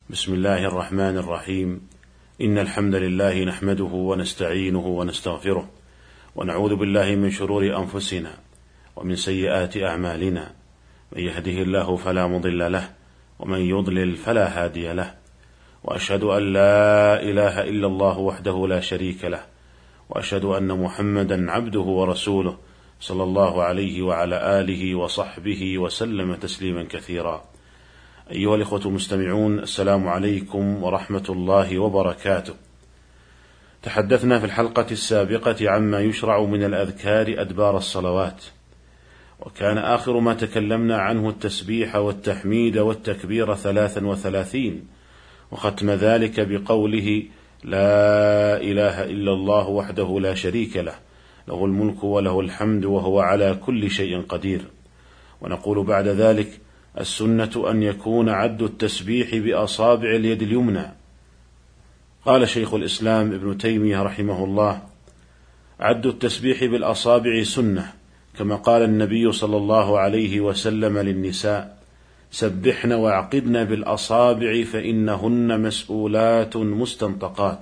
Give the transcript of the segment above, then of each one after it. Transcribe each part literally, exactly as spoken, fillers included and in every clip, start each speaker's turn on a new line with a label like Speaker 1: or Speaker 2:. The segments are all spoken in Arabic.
Speaker 1: بسم الله الرحمن الرحيم. إن الحمد لله نحمده ونستعينه ونستغفره ونعوذ بالله من شرور أنفسنا ومن سيئات أعمالنا، من يهده الله فلا مضل له ومن يضلل فلا هادي له، وأشهد أن لا إله إلا الله وحده لا شريك له، وأشهد أن محمدا عبده ورسوله صلى الله عليه وعلى آله وصحبه وسلم تسليما كثيرا. أيها الإخوة المستمعون، السلام عليكم ورحمة الله وبركاته. تحدثنا في الحلقة السابقة عما يشرع من الأذكار أدبار الصلوات، وكان آخر ما تكلمنا عنه التسبيح والتحميد والتكبير ثلاثا وثلاثين، وختم ذلك بقوله: لا إله إلا الله وحده لا شريك له، له الملك وله الحمد وهو على كل شيء قدير. ونقول بعد ذلك: السنة أن يكون عد التسبيح بأصابع اليد اليمنى. قال شيخ الإسلام ابن تيمية رحمه الله: عد التسبيح بالأصابع سنة، كما قال النبي صلى الله عليه وسلم للنساء: سبحن واعقدن بالأصابع فإنهن مسؤولات مستنطقات.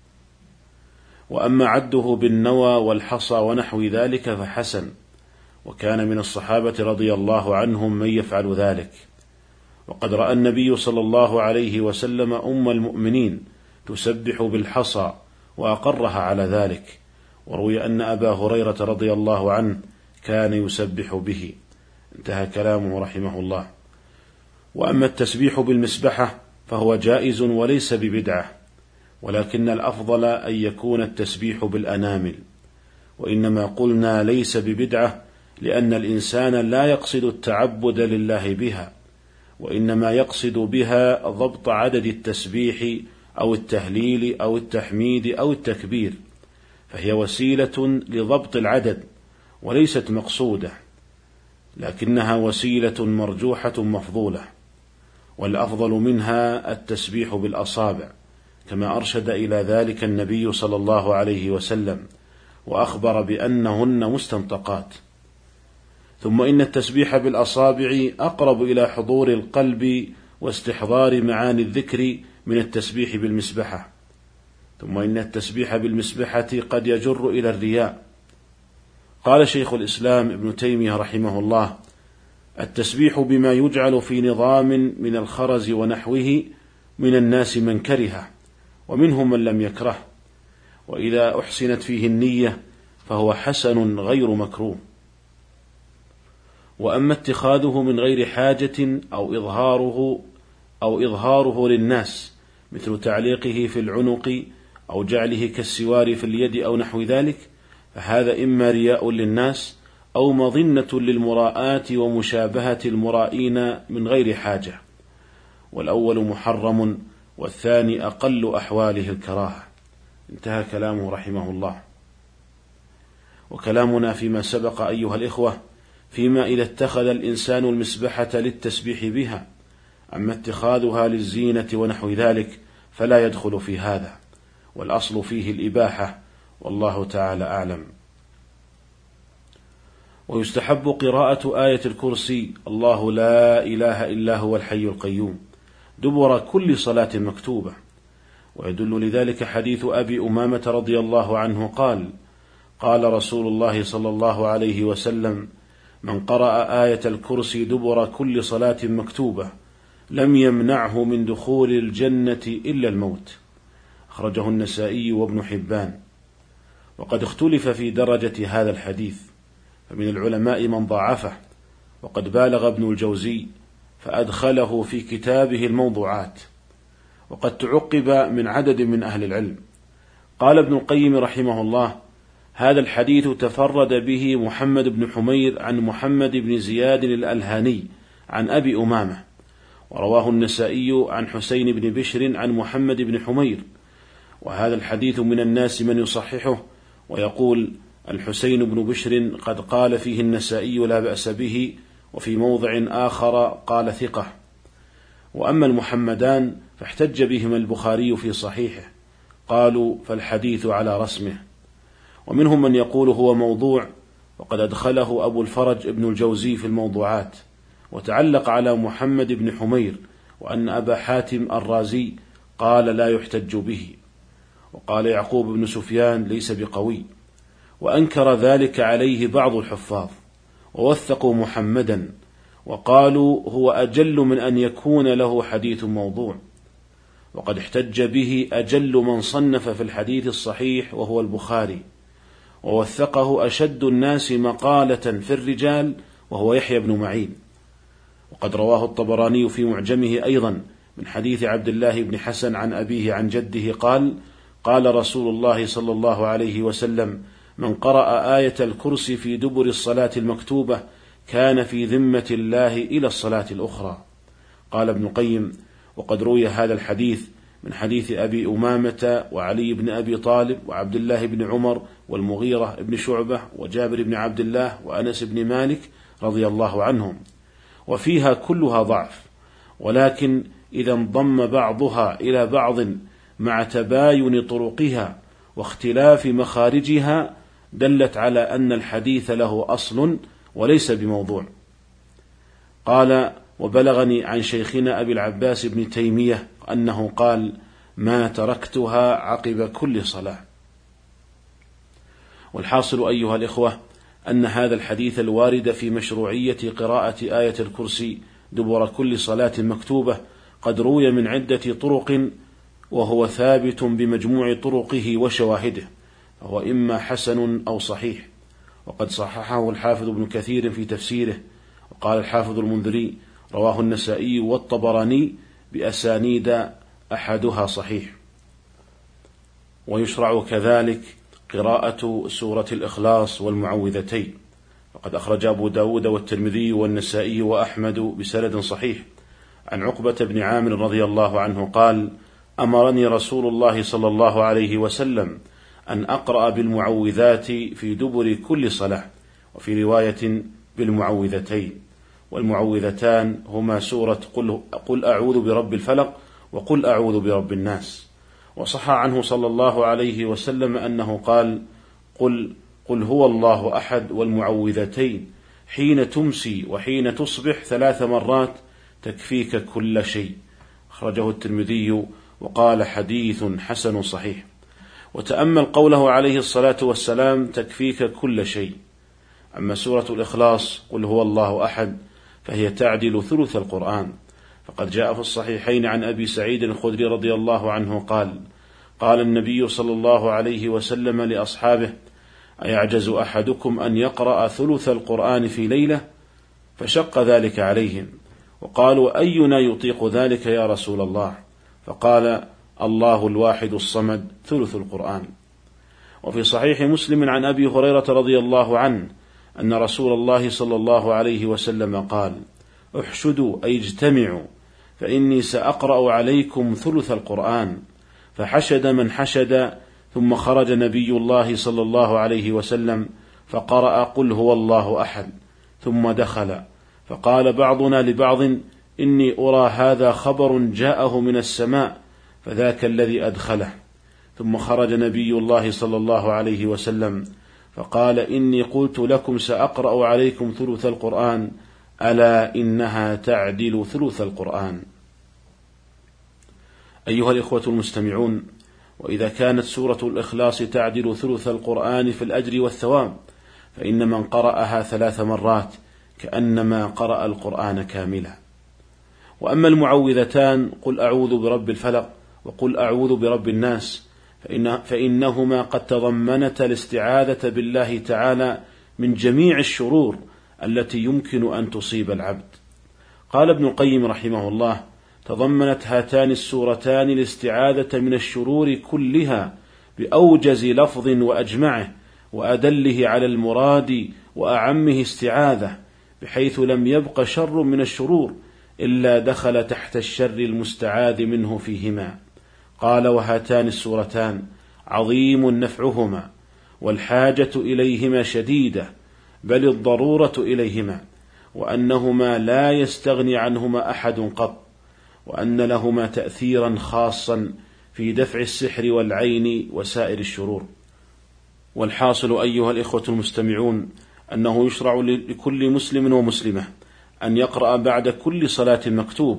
Speaker 1: وأما عده بالنوى والحصى ونحو ذلك فحسن، وكان من الصحابة رضي الله عنهم من يفعل ذلك. وقد رأى النبي صلى الله عليه وسلم أم المؤمنين تسبح بالحصى وأقرها على ذلك، وروي أن أبا هريرة رضي الله عنه كان يسبح به. انتهى كلامه رحمه الله. وأما التسبيح بالمسبحة فهو جائز وليس ببدعة، ولكن الأفضل أن يكون التسبيح بالأنامل. وإنما قلنا ليس ببدعة لأن الإنسان لا يقصد التعبد لله بها، وإنما يقصد بها ضبط عدد التسبيح أو التهليل أو التحميد أو التكبير، فهي وسيلة لضبط العدد وليست مقصودة، لكنها وسيلة مرجوحة مفضولة. والأفضل منها التسبيح بالأصابع، كما أرشد إلى ذلك النبي صلى الله عليه وسلم، وأخبر بأنهن مستنطقات. ثم إن التسبيح بالأصابع أقرب إلى حضور القلب واستحضار معاني الذكر من التسبيح بالمسبحة. ثم إن التسبيح بالمسبحة قد يجر إلى الرياء. قال شيخ الإسلام ابن تيمية رحمه الله: التسبيح بما يجعل في نظام من الخرز ونحوه من الناس من كره، ومنهم من لم يكره، وإذا أحسنت فيه النية فهو حسن غير مكروه. وأما اتخاذه من غير حاجة أو إظهاره أو إظهاره للناس، مثل تعليقه في العنق أو جعله كالسوار في اليد أو نحو ذلك، فهذا إما رياء للناس أو مظنة للمراءة ومشابهة المرائين من غير حاجة، والأول محرم والثاني أقل أحواله الكراهة. انتهى كلامه رحمه الله. وكلامنا فيما سبق أيها الإخوة فيما إذا اتخذ الإنسان المسبحة للتسبيح بها. أما اتخاذها للزينة ونحو ذلك فلا يدخل في هذا، والأصل فيه الإباحة، والله تعالى أعلم. ويستحب قراءة آية الكرسي: الله لا إله إلا هو الحي القيوم، دبر كل صلاة مكتوبة. ويدل لذلك حديث أبي أمامة رضي الله عنه قال: قال رسول الله صلى الله عليه وسلم: من قرأ آية الكرسي دبر كل صلاة مكتوبة لم يمنعه من دخول الجنة إلا الموت. أخرجه النسائي وابن حبان. وقد اختلف في درجة هذا الحديث، فمن العلماء من ضعفه، وقد بالغ ابن الجوزي فأدخله في كتابه الموضوعات، وقد تعقب من عدد من أهل العلم. قال ابن القيم رحمه الله: هذا الحديث تفرد به محمد بن حمير عن محمد بن زياد الألهاني عن أبي أمامة، ورواه النسائي عن حسين بن بشر عن محمد بن حمير. وهذا الحديث من الناس من يصححه ويقول: الحسين بن بشر قد قال فيه النسائي لا بأس به، وفي موضع آخر قال ثقة. وأما المحمدان فاحتج بهما البخاري في صحيحه، قالوا فالحديث على رسمه. ومنهم من يقول هو موضوع، وقد أدخله أبو الفرج ابن الجوزي في الموضوعات، وتعلق على محمد بن حمير وأن أبا حاتم الرازي قال لا يحتج به، وقال يعقوب بن سفيان ليس بقوي، وأنكر ذلك عليه بعض الحفاظ، ووثقوا محمدا وقالوا هو أجل من أن يكون له حديث موضوع، وقد احتج به أجل من صنف في الحديث الصحيح وهو البخاري، ووثقه أشد الناس مقالة في الرجال وهو يحيى بن معين. وقد رواه الطبراني في معجمه أيضا من حديث عبد الله بن حسن عن أبيه عن جده قال: قال رسول الله صلى الله عليه وسلم: من قرأ آية الكرسي في دبر الصلاة المكتوبة كان في ذمة الله إلى الصلاة الأخرى. قال ابن القيم: وقد روي هذا الحديث من حديث أبي أمامة وعلي بن أبي طالب وعبد الله بن عمر والمغيرة بن شعبة وجابر بن عبد الله وأنس بن مالك رضي الله عنهم، وفيها كلها ضعف، ولكن إذا انضم بعضها إلى بعض مع تباين طرقها واختلاف مخارجها دلت على أن الحديث له أصل وليس بموضوع. قال: وبلغني عن شيخنا أبي العباس بن تيمية أنه قال: ما تركتها عقب كل صلاة. والحاصل أيها الإخوة أن هذا الحديث الوارد في مشروعية قراءة آية الكرسي دبر كل صلاة مكتوبة قد روي من عدة طرق، وهو ثابت بمجموع طرقه وشواهده، فهو إما حسن أو صحيح. وقد صححه الحافظ ابن كثير في تفسيره، وقال الحافظ المنذري: رواه النسائي والطبراني بأسانيد أحدها صحيح. ويشرع كذلك قراءة سورة الإخلاص والمعوذتين، وقد أخرج أبو داود والترمذي والنسائي وأحمد بسند صحيح عن عقبة بن عامر رضي الله عنه قال: أمرني رسول الله صلى الله عليه وسلم أن أقرأ بالمعوذات في دبر كل صلاة، وفي رواية بالمعوذتين. والمعوذتان هما سورة قل, قل أعوذ برب الفلق وقل أعوذ برب الناس. وصح عنه صلى الله عليه وسلم أنه قال: قل, قل هو الله أحد والمعوذتين حين تمسي وحين تصبح ثلاث مرات تكفيك كل شيء. أخرجه الترمذي وقال: حديث حسن صحيح. وتأمل قوله عليه الصلاة والسلام: تكفيك كل شيء. أما سورة الإخلاص قل هو الله أحد فهي تعدل ثلث القرآن، فقد جاء في الصحيحين عن أبي سعيد الخدري رضي الله عنه قال: قال النبي صلى الله عليه وسلم لأصحابه: أيعجز أحدكم أن يقرأ ثلث القرآن في ليلة؟ فشق ذلك عليهم، وقالوا: أينا يطيق ذلك يا رسول الله؟ فقال: الله الواحد الصمد ثلث القرآن. وفي صحيح مسلم عن أبي هريرة رضي الله عنه أن رسول الله صلى الله عليه وسلم قال: احشدوا أي اجتمعوا فإني سأقرأ عليكم ثلث القرآن. فحشد من حشد، ثم خرج نبي الله صلى الله عليه وسلم فقرأ قل هو الله أحد، ثم دخل، فقال بعضنا لبعض: إني أرى هذا خبر جاءه من السماء، فذاك الذي أدخله. ثم خرج نبي الله صلى الله عليه وسلم فقال: إني قلت لكم سأقرأ عليكم ثلث القرآن، ألا إنها تعدل ثلث القرآن. أيها الإخوة المستمعون، وإذا كانت سورة الإخلاص تعدل ثلث القرآن في الأجر والثواب، فإن من قرأها ثلاث مرات كأنما قرأ القرآن كاملا. وأما المعوذتان قل أعوذ برب الفلق وقل أعوذ برب الناس فإن فإنهما قد تضمنتا الاستعاذة بالله تعالى من جميع الشرور التي يمكن أن تصيب العبد. قال ابن القيم رحمه الله: تضمنت هاتان السورتان الاستعاذة من الشرور كلها بأوجز لفظ وأجمعه وأدله على المراد وأعمه استعاذة، بحيث لم يبق شر من الشرور إلا دخل تحت الشر المستعاذ منه فيهما. قال: وهاتان السورتان عظيم نفعهما، والحاجة إليهما شديدة، بل الضرورة إليهما، وأنهما لا يستغني عنهما أحد قط، وأن لهما تأثيرا خاصا في دفع السحر والعين وسائر الشرور. والحاصل أيها الإخوة المستمعون أنه يشرع لكل مسلم ومسلمة أن يقرأ بعد كل صلاة مكتوبة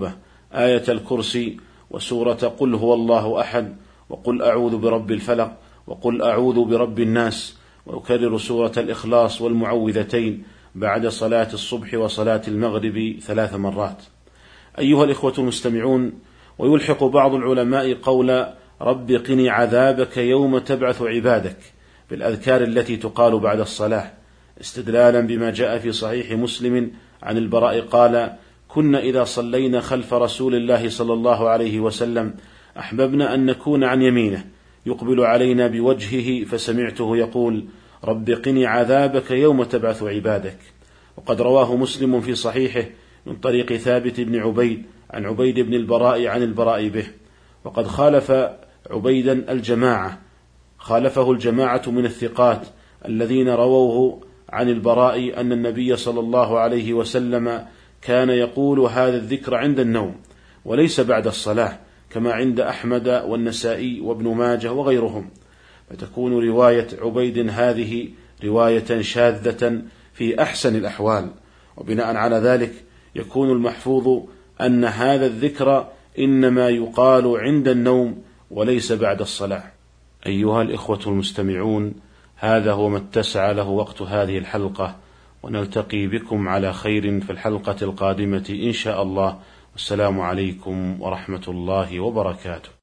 Speaker 1: آية الكرسي وسورة قل هو الله أحد وقل أعوذ برب الفلق وقل أعوذ برب الناس، ويكرر سورة الإخلاص والمعوذتين بعد صلاة الصبح وصلاة المغرب ثلاث مرات. أيها الإخوة المستمعون، ويلحق بعض العلماء قول رب قني عذابك يوم تبعث عبادك بالأذكار التي تقال بعد الصلاة، استدلالا بما جاء في صحيح مسلم عن البراء قال: كنا إذا صلينا خلف رسول الله صلى الله عليه وسلم أحببنا أن نكون عن يمينه يقبل علينا بوجهه، فسمعته يقول: رب قني عذابك يوم تبعث عبادك. وقد رواه مسلم في صحيحه من طريق ثابت بن عبيد عن عبيد بن البراء عن البراء به. وقد خالف عبيدا الجماعة خالفه الجماعة من الثقات الذين رووه عن البراء أن النبي صلى الله عليه وسلم كان يقول هذا الذكر عند النوم وليس بعد الصلاة، كما عند أحمد والنسائي وابن ماجه وغيرهم، فتكون رواية عبيد هذه رواية شاذة في أحسن الأحوال. وبناء على ذلك يكون المحفوظ أن هذا الذكر إنما يقال عند النوم وليس بعد الصلاة. أيها الإخوة المستمعون، هذا هو ما اتسع له وقت هذه الحلقة، ونلتقي بكم على خير في الحلقة القادمة إن شاء الله. والسلام عليكم ورحمة الله وبركاته.